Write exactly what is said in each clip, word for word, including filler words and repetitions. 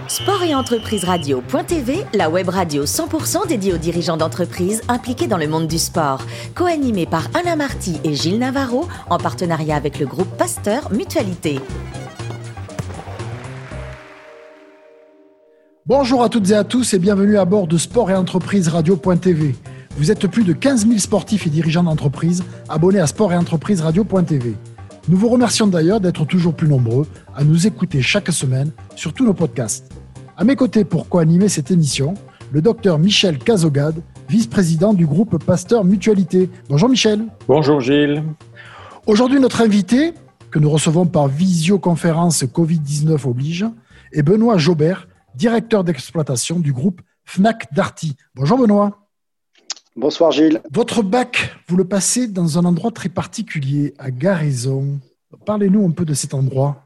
Sport et entreprise radio.tv, la web radio cent pour cent dédiée aux dirigeants d'entreprises impliqués dans le monde du sport. Co-animée par Alain Marty et Gilles Navarro, en partenariat avec le groupe Pasteur Mutualité. Bonjour à toutes et à tous et bienvenue à bord de Sport et entreprise radio.tv. Vous êtes plus de quinze mille sportifs et dirigeants d'entreprise abonnés à Sport et entreprise radio.tv. Nous vous remercions d'ailleurs d'être toujours plus nombreux à nous écouter chaque semaine sur tous nos podcasts. À mes côtés pour co-animer cette émission, le docteur Michel Cazogade, vice-président du groupe Pasteur Mutualité. Bonjour Michel. Bonjour Gilles. Aujourd'hui, notre invité, que nous recevons par visioconférence covid dix-neuf oblige, est Benoît Jobert, directeur d'exploitation du groupe Fnac Darty. Bonjour Benoît. Bonsoir Gilles. Votre bac, vous le passez dans un endroit très particulier, à Garaison. Parlez-nous un peu de cet endroit.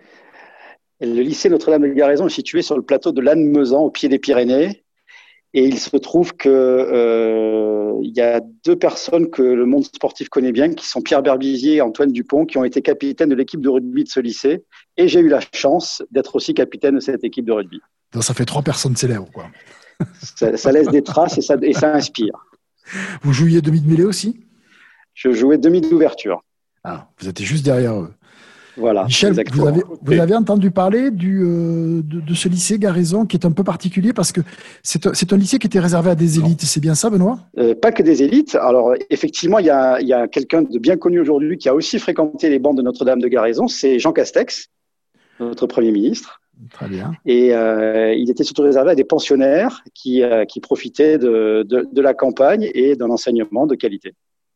Le lycée Notre-Dame de Garaison est situé sur le plateau de Lannemezan, au pied des Pyrénées. Et il se trouve qu'il euh, y a deux personnes que le monde sportif connaît bien, qui sont Pierre Berbizier et Antoine Dupont, qui ont été capitaines de l'équipe de rugby de ce lycée. Et j'ai eu la chance d'être aussi capitaine de cette équipe de rugby. Donc ça fait trois personnes célèbres, quoi. Ça, ça laisse des traces et ça, et ça inspire. Vous jouiez demi de mêlée aussi ? Je jouais demi d'ouverture. Ah, vous étiez juste derrière eux. Voilà. Michel, vous avez, vous avez entendu parler du, euh, de, de ce lycée Garaison qui est un peu particulier parce que c'est un, c'est un lycée qui était réservé à des élites. C'est bien ça, Benoît ? euh, Pas que des élites. Alors, effectivement, il y a, il y a quelqu'un de bien connu aujourd'hui qui a aussi fréquenté les bancs de Notre-Dame de Garaison. C'est Jean Castex, notre Premier ministre. Très bien. Et euh, il était surtout réservé à des pensionnaires qui, euh, qui profitaient de, de, de la campagne et d'un enseignement de qualité.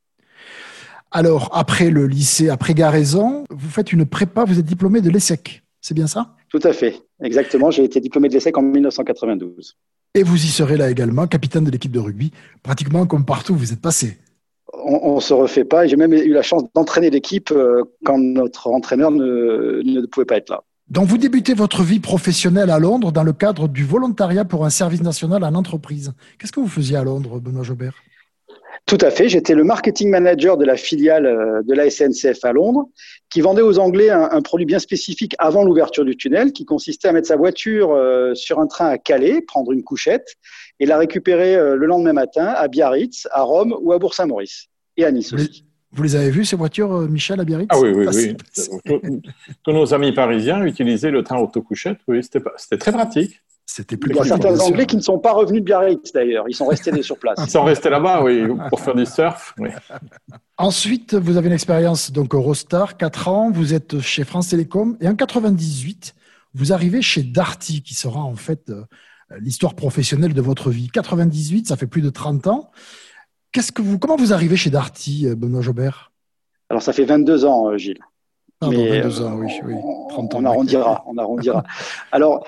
Alors, après le lycée, après Garaison, vous faites une prépa, vous êtes diplômé de l'E S S E C, c'est bien ça ? Tout à fait, exactement. J'ai été diplômé de l'E S S E C en mille neuf cent quatre-vingt-douze. Et vous y serez là également, capitaine de l'équipe de rugby, pratiquement comme partout où vous êtes passé. On ne se refait pas et j'ai même eu la chance d'entraîner l'équipe euh, quand notre entraîneur ne, ne pouvait pas être là. Donc, vous débutez votre vie professionnelle à Londres dans le cadre du volontariat pour un service national en entreprise. Qu'est-ce que vous faisiez à Londres, Benoît Jobert ? Tout à fait. J'étais le marketing manager de la filiale de la S N C F à Londres, qui vendait aux Anglais un, un produit bien spécifique avant l'ouverture du tunnel, qui consistait à mettre sa voiture euh, sur un train à Calais, prendre une couchette et la récupérer euh, le lendemain matin à Biarritz, à Rome ou à Bourg-Saint-Maurice et à Nice aussi. Vous les avez vues, ces voitures, Michel, à Biarritz ? Ah oui, oui, oui. Tous, tous nos amis parisiens utilisaient le train autocouchette. Oui, c'était, pas, c'était très pratique. C'était plus Il y a certains Anglais qui ne sont pas revenus de Biarritz, d'ailleurs. Ils sont restés sur place. Ils sont restés là-bas, oui, pour faire du surf. Oui. Ensuite, vous avez une expérience donc Eurostar, quatre ans. Vous êtes chez France Télécom. Et en quatre-vingt-dix-huit, vous arrivez chez Darty, qui sera en fait euh, l'histoire professionnelle de votre vie. quatre-vingt-dix-huit, ça fait plus de trente ans. Qu'est-ce que vous, comment vous arrivez chez Darty, Benoît Jobert ? Alors, ça fait vingt-deux ans, Gilles. Pardon, Mais, vingt-deux ans, oui. oui. trente ans, on arrondira, on arrondira. Alors,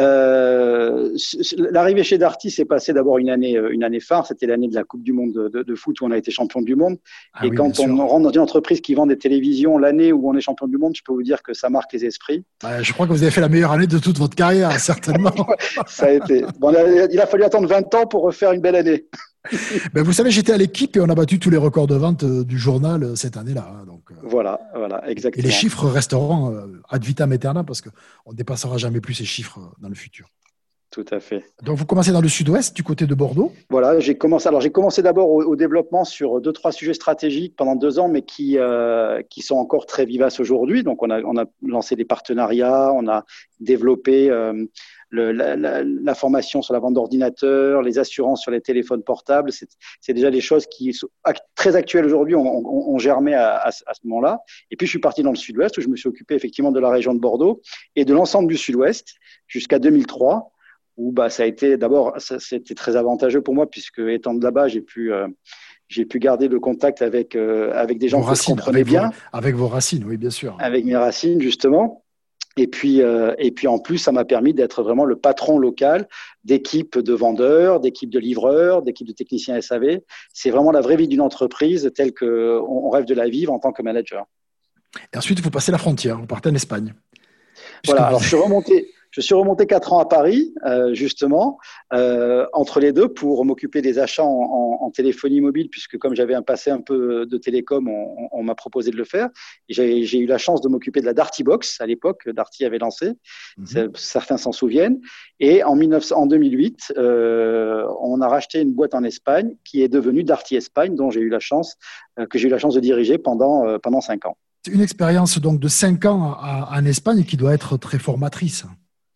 euh, l'arrivée chez Darty s'est passée d'abord une année, une année phare. C'était l'année de la Coupe du Monde de, de, de foot où on a été champion du monde. Ah Et oui, quand on rentre dans une entreprise qui vend des télévisions l'année où on est champion du monde, je peux vous dire que ça marque les esprits. Ouais, je crois que vous avez fait la meilleure année de toute votre carrière, certainement. Ça a été. Bon, il a fallu attendre vingt ans pour refaire une belle année. Ben vous savez, j'étais à l'équipe et on a battu tous les records de vente du journal cette année-là. Hein, donc, voilà, voilà, exactement. Et les chiffres resteront ad vitam aeternam parce qu'on ne dépassera jamais plus ces chiffres dans le futur. Tout à fait. Donc, vous commencez dans le sud-ouest, du côté de Bordeaux. Voilà, j'ai commencé. Alors, j'ai commencé d'abord au, au développement sur deux, trois sujets stratégiques pendant deux ans, mais qui euh, qui sont encore très vivaces aujourd'hui. Donc, on a on a lancé des partenariats, on a développé euh, le, la, la, la formation sur la vente d'ordinateurs, les assurances sur les téléphones portables. C'est, c'est déjà des choses qui sont très actuelles aujourd'hui. On, on, on germait à, à, à ce moment-là. Et puis, je suis parti dans le sud-ouest où je me suis occupé effectivement de la région de Bordeaux et de l'ensemble du sud-ouest jusqu'à deux mille trois. Où bah ça a été d'abord ça, c'était très avantageux pour moi puisque étant de là-bas j'ai pu euh, j'ai pu garder le contact avec euh, avec des gens vos que racines, je comprenais avec bien vos, avec vos racines, oui bien sûr, avec mes racines justement. Et puis euh, et puis en plus ça m'a permis d'être vraiment le patron local d'équipes de vendeurs, d'équipes de livreurs, d'équipes de techniciens S A V. C'est vraiment la vraie vie d'une entreprise telle que on rêve de la vivre en tant que manager. Et ensuite vous passez la frontière, vous partez en Espagne. Voilà. Alors je suis remonté. Je suis remonté quatre ans à Paris, euh, justement, euh, entre les deux, pour m'occuper des achats en, en, en téléphonie mobile, puisque comme j'avais un passé un peu de télécom, on, on m'a proposé de le faire. Et j'ai, j'ai eu la chance de m'occuper de la Darty Box, à l'époque, Darty avait lancé, mmh. certains s'en souviennent. Et en, mille neuf cents, en deux mille huit, euh, on a racheté une boîte en Espagne qui est devenue Darty Espagne, dont j'ai eu la chance, euh, que j'ai eu la chance de diriger pendant, euh, pendant cinq ans. C'est une expérience donc de cinq ans en Espagne qui doit être très formatrice.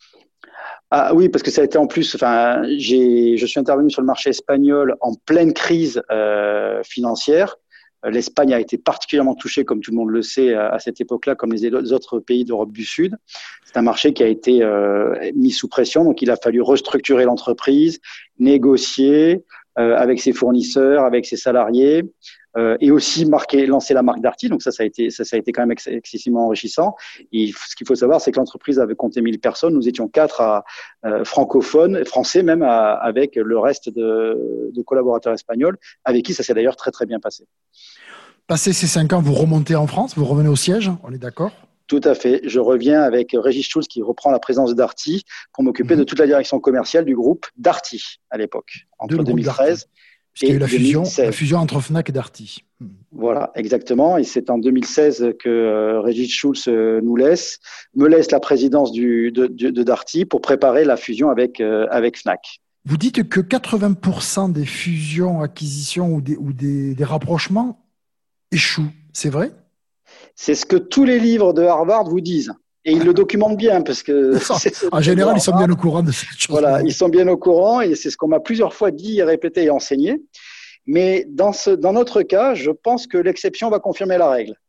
Ah oui, parce que ça a été en plus. Enfin, j'ai, je suis intervenu sur le marché espagnol en pleine crise euh, financière. L'Espagne a été particulièrement touchée, comme tout le monde le sait, à, à cette époque-là, comme les autres pays d'Europe du Sud. C'est un marché qui a été euh, mis sous pression, donc il a fallu restructurer l'entreprise, négocier euh, avec ses fournisseurs, avec ses salariés. Euh, et aussi marquer, lancer la marque Darty. Donc ça, ça a été, ça, ça a été quand même ex- excessivement enrichissant. Et ce qu'il faut savoir, c'est que l'entreprise avait compté mille personnes. Nous étions quatre à, euh, francophones, français même, à, avec le reste de, de collaborateurs espagnols, avec qui ça s'est d'ailleurs très très bien passé. Passé ces cinq ans, vous remontez en France, vous revenez au siège, on est d'accord ? Tout à fait. Je reviens avec Régis Schulz qui reprend la présidence de Darty pour m'occuper mmh. de toute la direction commerciale du groupe Darty à l'époque, entre deux mille treize. Il y a eu la fusion, la fusion entre Fnac et Darty. Voilà, exactement. Et c'est en deux mille seize que euh, Régis Schulz euh, nous laisse, me laisse la présidence du, de, de, de Darty pour préparer la fusion avec, euh, avec Fnac. Vous dites que quatre-vingts pour cent des fusions, acquisitions ou des, ou des, des rapprochements échouent. C'est vrai ? C'est ce que tous les livres de Harvard vous disent. Et ils le documentent bien parce que… En général, ils sont bien au courant de cette chose. Voilà, ils sont bien au courant et c'est ce qu'on m'a plusieurs fois dit, répété et enseigné. Mais dans, ce, dans notre cas, je pense que l'exception va confirmer la règle.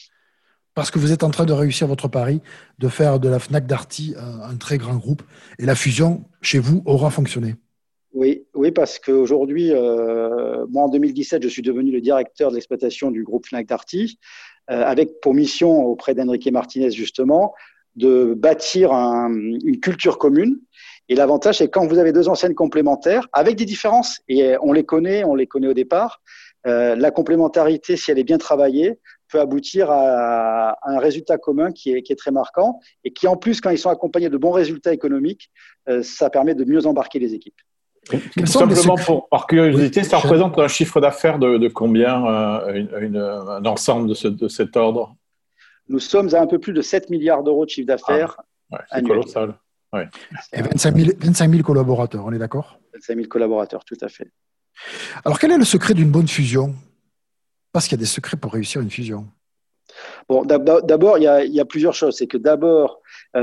Parce que vous êtes en train de réussir votre pari, de faire de la Fnac Darty un, un très grand groupe. Et la fusion, chez vous, aura fonctionné. Oui, oui, parce qu'aujourd'hui, euh, moi en deux mille dix-sept, je suis devenu le directeur de l'exploitation du groupe Fnac Darty, euh, avec pour mission auprès d'Enrique Martinez justement de bâtir un, une culture commune. Et l'avantage, c'est quand vous avez deux enseignes complémentaires, avec des différences, et on les connaît, on les connaît au départ, euh, la complémentarité, si elle est bien travaillée, peut aboutir à, à un résultat commun qui est, qui est très marquant, et qui en plus, quand ils sont accompagnés de bons résultats économiques, euh, ça permet de mieux embarquer les équipes. Tout simplement, pour, par curiosité, ça représente un chiffre d'affaires de, de combien, euh, une, une, un ensemble de, ce, de cet ordre ? Nous sommes à un peu plus de sept milliards d'euros de chiffre d'affaires. Ah, ouais, c'est annuel. Colossal. Ouais. Et vingt-cinq mille collaborateurs, on est d'accord ? vingt-cinq mille collaborateurs, tout à fait. Alors, quel est le secret d'une bonne fusion ? Parce qu'il y a des secrets pour réussir une fusion. Bon, d'abord, d'abord il y a, il y a plusieurs choses. C'est que d'abord,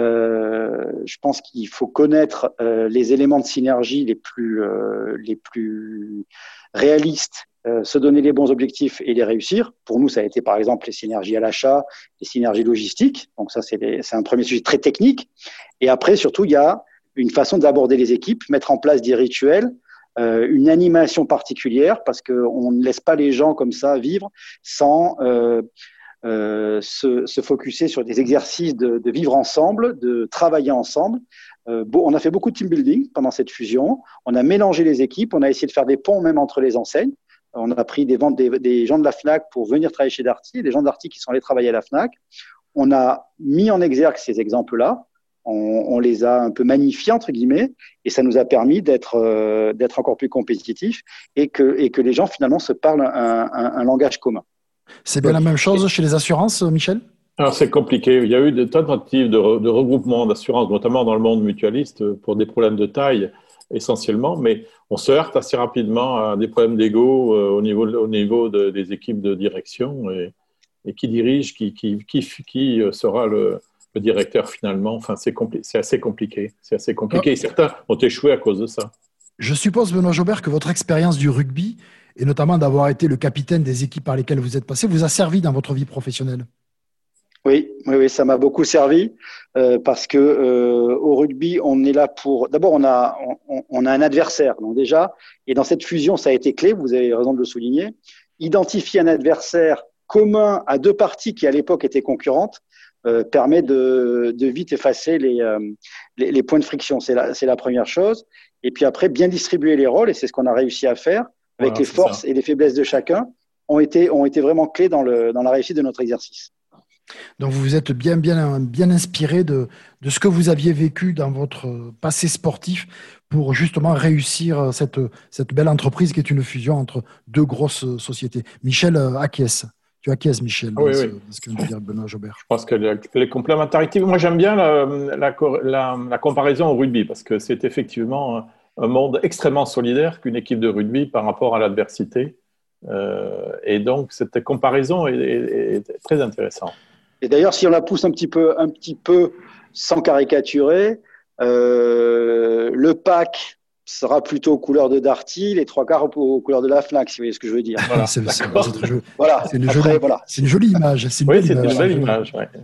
euh, je pense qu'il faut connaître euh, les éléments de synergie les plus, euh, les plus réalistes, euh, se donner les bons objectifs et les réussir. Pour nous, ça a été par exemple les synergies à l'achat, les synergies logistiques. Donc ça, c'est, les, c'est un premier sujet très technique. Et après, surtout, il y a une façon d'aborder les équipes, mettre en place des rituels, euh, une animation particulière, parce qu'on ne laisse pas les gens comme ça vivre sans… Euh, Euh, se, se focuser sur des exercices de, de vivre ensemble, de travailler ensemble. Euh, bon, on a fait beaucoup de team building pendant cette fusion. On a mélangé les équipes. On a essayé de faire des ponts même entre les enseignes. On a pris des, ventes, des, des gens de la Fnac pour venir travailler chez Darty, des gens de Darty qui sont allés travailler à la Fnac. On a mis en exergue ces exemples-là. On, on les a un peu magnifiés, entre guillemets, et ça nous a permis d'être, euh, d'être encore plus compétitifs et que, et que les gens, finalement, se parlent un, un, un langage commun. C'est bien la même chose chez les assurances, Michel ? Alors, c'est compliqué. Il y a eu des tentatives de, re, de regroupement d'assurances, notamment dans le monde mutualiste, pour des problèmes de taille essentiellement, mais on se heurte assez rapidement à des problèmes d'ego euh, au niveau, au niveau de, des équipes de direction et, et qui dirige, qui, qui, qui, qui sera le, le directeur finalement. Enfin, c'est, compli- c'est assez compliqué. C'est assez compliqué. Et certains ont échoué à cause de ça. Je suppose, Benoît Jobert, que votre expérience du rugby, et notamment d'avoir été le capitaine des équipes par lesquelles vous êtes passé, vous a servi dans votre vie professionnelle. Oui, oui, oui, ça m'a beaucoup servi euh, parce que euh, au rugby, on est là pour. D'abord, on a, on, on a un adversaire, donc déjà, et dans cette fusion, ça a été clé. Vous avez raison de le souligner. Identifier un adversaire commun à deux parties qui à l'époque étaient concurrentes euh, permet de, de vite effacer les, euh, les, les points de friction. C'est la, c'est la première chose. Et puis après, bien distribuer les rôles, et c'est ce qu'on a réussi à faire avec voilà, les forces ça. Et les faiblesses de chacun, ont été, ont été vraiment clés dans, le, dans la réussite de notre exercice. Donc vous vous êtes bien, bien, bien inspiré de, de ce que vous aviez vécu dans votre passé sportif pour justement réussir cette, cette belle entreprise qui est une fusion entre deux grosses sociétés. Michel acquiesce. Tu acquiesces, Michel, ah, oui, ce, oui. ce que vient de dire Benoît Jobert. Je pense que les, les complémentarités, moi j'aime bien la, la, la, la comparaison au rugby parce que c'est effectivement un monde extrêmement solidaire qu'une équipe de rugby par rapport à l'adversité. Euh, et donc cette comparaison est, est, est très intéressante. Et d'ailleurs, si on la pousse un petit peu, un petit peu sans caricaturer, euh, le pack sera plutôt aux couleurs de Darty, les trois quarts aux couleurs de la Fnac, si vous voyez ce que je veux dire. Voilà, c'est, c'est, c'est, très joli. Voilà. C'est, une Après, jolie, voilà. c'est une jolie image. C'est une oui, belle c'est image. une belle image. Ouais.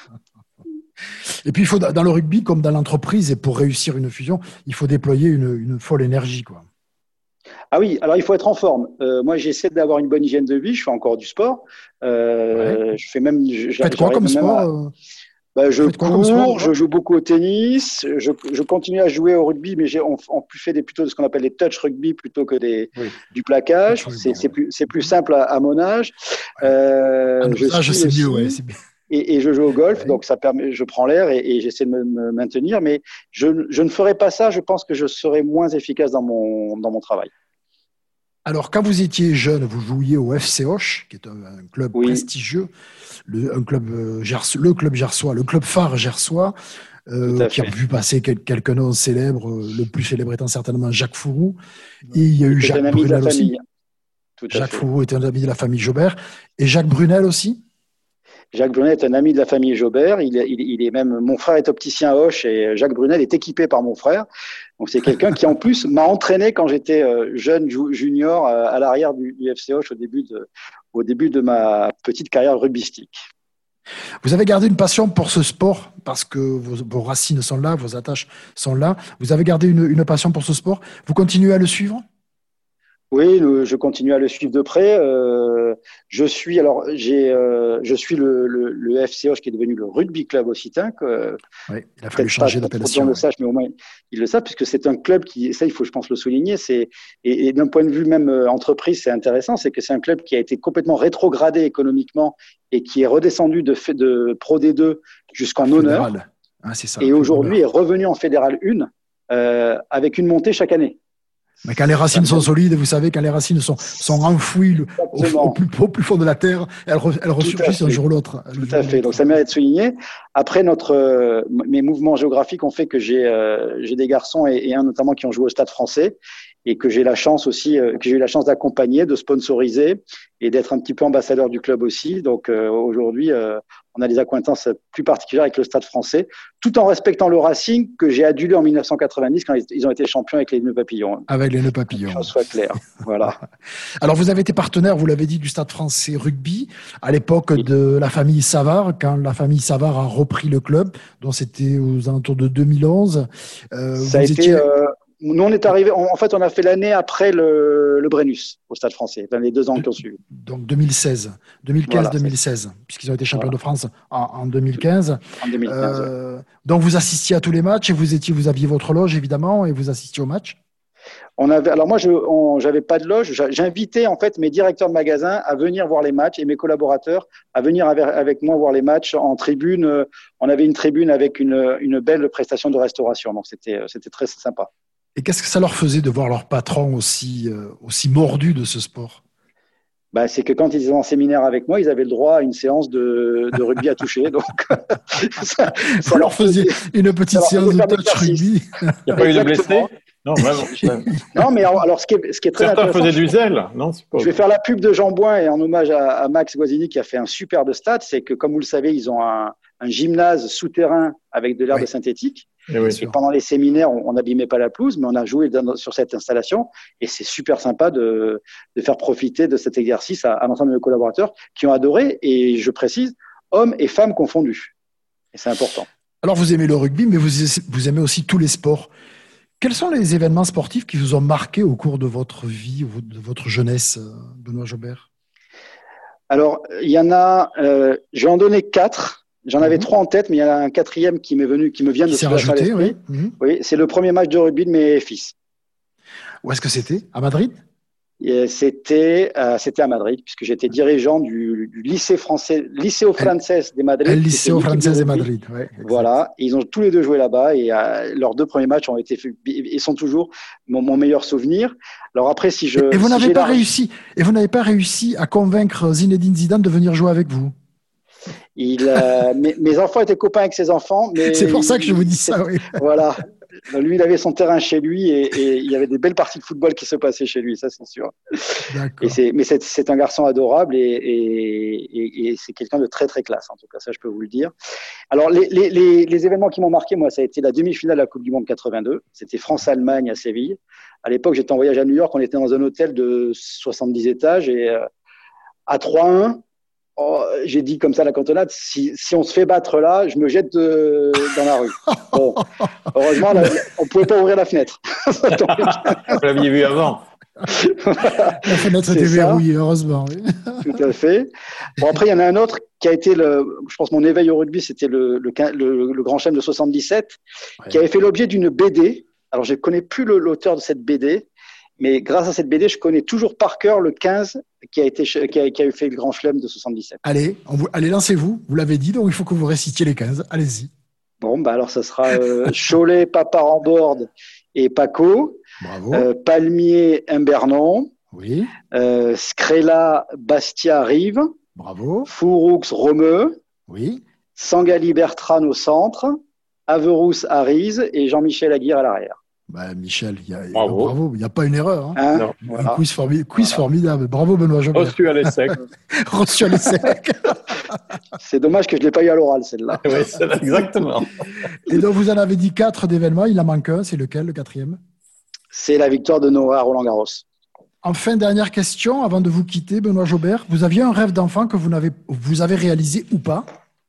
Et puis, il faut, dans le rugby, comme dans l'entreprise, et pour réussir une fusion, il faut déployer une, une folle énergie, quoi. Ah oui, alors il faut être en forme. Euh, moi, j'essaie d'avoir une bonne hygiène de vie. Je fais encore du sport. Euh, ouais. Je fais même. Faites quoi comme sport à... bah, Je cours, sport, je joue beaucoup au tennis. Je, je continue à jouer au rugby, mais j'ai on, on fait des, plutôt de ce qu'on appelle des touch rugby plutôt que des, oui. du plaquage. C'est, c'est, plus, c'est plus simple à, à mon âge. Ouais. Euh, ah, je ça, je sais mieux, ouais, c'est bien. Et, et je joue au golf, ouais. Donc ça permet, je prends l'air et, et j'essaie de me, me maintenir. Mais je, je ne ferai pas ça. Je pense que je serai moins efficace dans mon, dans mon travail. Alors, quand vous étiez jeune, vous jouiez au F C Auch, qui est un, un club oui. prestigieux, le, un club, euh, Gers, le club gersois, le club phare gersois, euh, qui a vu passer quel, quelques noms célèbres, le plus célèbre étant certainement Jacques Fourou. Et il y a eu Jacques Brunel aussi. Tout Jacques Fourou était un ami de la famille Jobert. Et Jacques Brunel aussi. Jacques Brunel est un ami de la famille Jobert. Il, il, il est même, mon frère est opticien à Auch et Jacques Brunel est équipé par mon frère. Donc c'est quelqu'un qui en plus m'a entraîné quand j'étais jeune junior à l'arrière du, du F C Auch au début de, au début de ma petite carrière rugbystique. Vous avez gardé une passion pour ce sport parce que vos, vos racines sont là, vos attaches sont là. Vous avez gardé une, une passion pour ce sport. Vous continuez à le suivre ? Oui, je continue à le suivre de près. Euh, je suis alors j'ai euh, je suis le, le, le F C Auch qui est devenu le Rugby Club Occitan. Que, oui, il a fallu changer d'appellation. On le sache, mais au moins ils le savent puisque c'est un club qui, ça il faut je pense le souligner, c'est et, et d'un point de vue même euh, entreprise, c'est intéressant, c'est que c'est un club qui a été complètement rétrogradé économiquement et qui est redescendu de de Pro D deux jusqu'en honneur. Ah, c'est ça, et aujourd'hui est revenu en Fédéral un euh, avec une montée chaque année. Mais quand les racines sont solides, vous savez, quand les racines sont, sont enfouies au, au, plus, au plus fond de la terre, elles, re, elles ressurgissent un jour ou l'autre. Tout à fait. Donc ça mérite de souligner. Après, notre, euh, mes mouvements géographiques ont fait que j'ai, euh, j'ai des garçons et, et un notamment qui ont joué au Stade Français et que j'ai la chance aussi, euh, que j'ai eu la chance d'accompagner, de sponsoriser et d'être un petit peu ambassadeur du club aussi. Donc euh, aujourd'hui, euh, on a des accointances plus particulières avec le Stade Français, tout en respectant le Racing que j'ai adulé en mille neuf cent quatre-vingt-dix quand ils ont été champions avec les Nœuds Papillons. Avec les Nœuds Papillons. Que ça soit clair. Voilà. Alors vous avez été partenaire, vous l'avez dit, du Stade Français Rugby à l'époque oui. de la famille Savard, quand la famille Savard a repris le club, dont c'était aux alentours de deux mille onze. Euh, ça a été. Étiez... Euh... Nous, on est arrivé. En fait, on a fait l'année après le, le Brennus au Stade Français, dans les deux ans qui ont suivi. Donc deux mille seize, deux mille quinze, voilà, deux mille seize, puisqu'ils ont été champions voilà. de France en, en deux mille quinze. En deux mille quinze. Euh, ouais. Donc vous assistiez à tous les matchs et vous étiez, vous aviez votre loge évidemment et vous assistiez aux matchs. On avait. Alors moi, je, on, j'avais pas de loge. J'invitais en fait mes directeurs de magasin à venir voir les matchs et mes collaborateurs à venir avec, avec moi voir les matchs en tribune. On avait une tribune avec une, une belle prestation de restauration, donc c'était, c'était très sympa. Et qu'est-ce que ça leur faisait de voir leur patron aussi, euh, aussi mordu de ce sport ? Bah, c'est que quand ils étaient en séminaire avec moi, ils avaient le droit à une séance de, de rugby à toucher. Donc, ça, ça leur faisait une petite séance de touch rugby. Il n'y a pas eu de blessés ? Non, vraiment. Non, mais alors, ce qui est, ce qui est très Certains intéressant. faisaient du zèle, non c'est pas... Je vais faire la pub de Jean Bouin et en hommage à, à Max Guazzini qui a fait un superbe stade. C'est que, comme vous le savez, ils ont un, un gymnase souterrain avec de l'herbe oui. synthétique. Et, oui, et pendant les séminaires, on n'abîmait pas la pelouse, mais on a joué dans, sur cette installation. Et c'est super sympa de, de faire profiter de cet exercice à, à l'ensemble de nos collaborateurs qui ont adoré. Et je précise, hommes et femmes confondus. Et c'est important. Alors, vous aimez le rugby, mais vous, vous aimez aussi tous les sports. Quels sont les événements sportifs qui vous ont marqué au cours de votre vie, de votre jeunesse, Benoît Jobert ? Alors, il y en a, euh, je vais en donner quatre. J'en avais mmh. trois en tête, mais il y en a un quatrième qui m'est venu, qui me vient de se rajouter. Oui. Mmh. Oui, c'est le premier match de rugby de mes fils. Où est-ce que c'était ? À Madrid ? Et c'était, euh, c'était à Madrid, puisque j'étais dirigeant du, du lycée français, Liceo Francés de Madrid. Le Liceo Francés de Madrid, ouais. Voilà. Et ils ont tous les deux joué là-bas et euh, leurs deux premiers matchs ont été faits, et sont toujours mon, mon meilleur souvenir. Alors après, si je. Et vous si n'avez j'ai pas la... réussi, et vous n'avez pas réussi à convaincre Zinedine Zidane de venir jouer avec vous. Il, euh, mes, mes enfants étaient copains avec ses enfants, mais. C'est pour ça que je vous dis ça, oui. Voilà. Lui, il avait son terrain chez lui et, et il y avait des belles parties de football qui se passaient chez lui, ça c'est sûr. Et c'est, mais c'est, c'est un garçon adorable et, et, et, et c'est quelqu'un de très très classe, en tout cas, ça je peux vous le dire. Alors, les, les, les, les événements qui m'ont marqué, moi, ça a été la demi-finale de la Coupe du Monde quatre-vingt-deux. C'était France-Allemagne à Séville. À l'époque, j'étais en voyage à New York, on était dans un hôtel de soixante-dix étages et euh, à trois un, oh, j'ai dit comme ça à la cantonade, si, si on se fait battre là, je me jette de, dans la rue. Bon, heureusement, là, on ne pouvait pas ouvrir la fenêtre. Vous l'aviez vu avant. La fenêtre était verrouillée, heureusement. Oui. Tout à fait. Bon, après, il y en a un autre qui a été, le, je pense, mon éveil au rugby, c'était le, le, le, le Grand Chelem de soixante-dix-sept, ouais. Qui avait fait l'objet d'une B D. Alors, je ne connais plus le, l'auteur de cette B D, mais grâce à cette B D, je connais toujours par cœur le quinze qui a, été, qui a, qui a fait le Grand Chelem de soixante-dix-sept. Allez, on vous, allez, lancez-vous. Vous l'avez dit, donc il faut que vous récitiez les quinze. Allez-y. Bon, bah alors, ça sera euh, Cholet, Paparamborde et Paco. Bravo. Euh, Palmier, Imbernon. Oui. Euh, Scrella, Bastia, Rive. Bravo. Fouroux, Romeu. Oui. Sangali, Bertrand au centre. Averrousse, Arize et Jean-Michel Aguirre à l'arrière. Bah, Michel, y a, bravo. bravo, il n'y a pas une erreur. Hein. Hein non, voilà. Un quiz, formi- quiz voilà. formidable. Bravo Benoît Jobert. Reçu à l'essai. Reçu à l'essai. C'est dommage que je ne l'ai pas eu à l'oral, celle-là. Oui, celle-là, exactement. Et donc, vous en avez dit quatre d'événements. Il en manque un. C'est lequel, le quatrième? C'est la victoire de Noah à Roland-Garros. Enfin, dernière question, avant de vous quitter, Benoît Jobert. Vous aviez un rêve d'enfant que vous, n'avez, vous avez réalisé ou pas?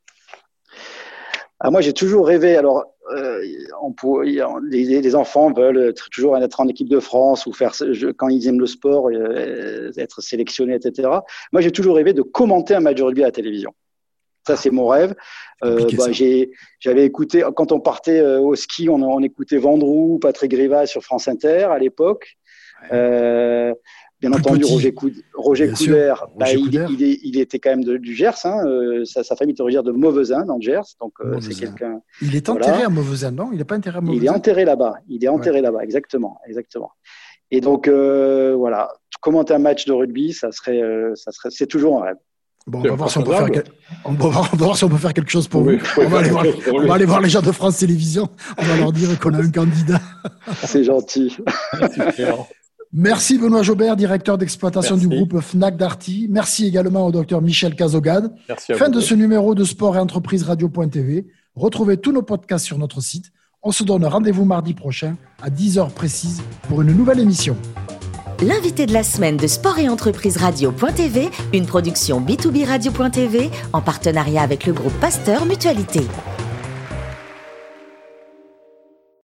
Ah, moi, j'ai toujours rêvé. Alors, euh, on peut, les, les enfants veulent être, toujours être en équipe de France ou faire, quand ils aiment le sport, euh, être sélectionnés, et cetera. Moi, j'ai toujours rêvé de commenter un match de rugby à la télévision. Ça, c'est mon rêve. Euh, bah, j'ai, j'avais écouté, quand on partait euh, au ski, on, on écoutait Vendroux, Patrick Rivas sur France Inter à l'époque. Ouais. Euh, bien Plus entendu, petit. Roger, Coud- Roger Couder, bah, Roger il, Couder. Il, il, il était quand même de, du Gers. Hein, euh, sa, sa famille était originaire de Mauvezin, dans le Gers. Donc, euh, c'est quelqu'un. Il est enterré voilà. à Mauvezin, non? Il n'est pas enterré à Mauvezin. Il est enterré là-bas. Il est enterré ouais. là-bas, exactement, exactement. Et donc, euh, voilà, commenter un match de rugby, ça serait, euh, ça serait, c'est toujours un rêve. Bon, on va, voir si on, peut faire quel... on, va voir, on va voir si on peut faire quelque chose pour oui, vous. On va, aller voir, on va aller voir les gens de France Télévisions. On va leur dire qu'on a un candidat. C'est gentil. Merci Benoît Jobert, directeur d'exploitation Merci. du groupe Fnac Darty. Merci également au docteur Michel Cazogade. Merci fin vous. de ce numéro de Sport et Entreprise Radio point T V. Retrouvez tous nos podcasts sur notre site. On se donne rendez-vous mardi prochain à dix heures précises pour une nouvelle émission. L'invité de la semaine de Sport et Entreprise Radio point T V, une production B deux B Radio point T V en partenariat avec le groupe Pasteur Mutualité.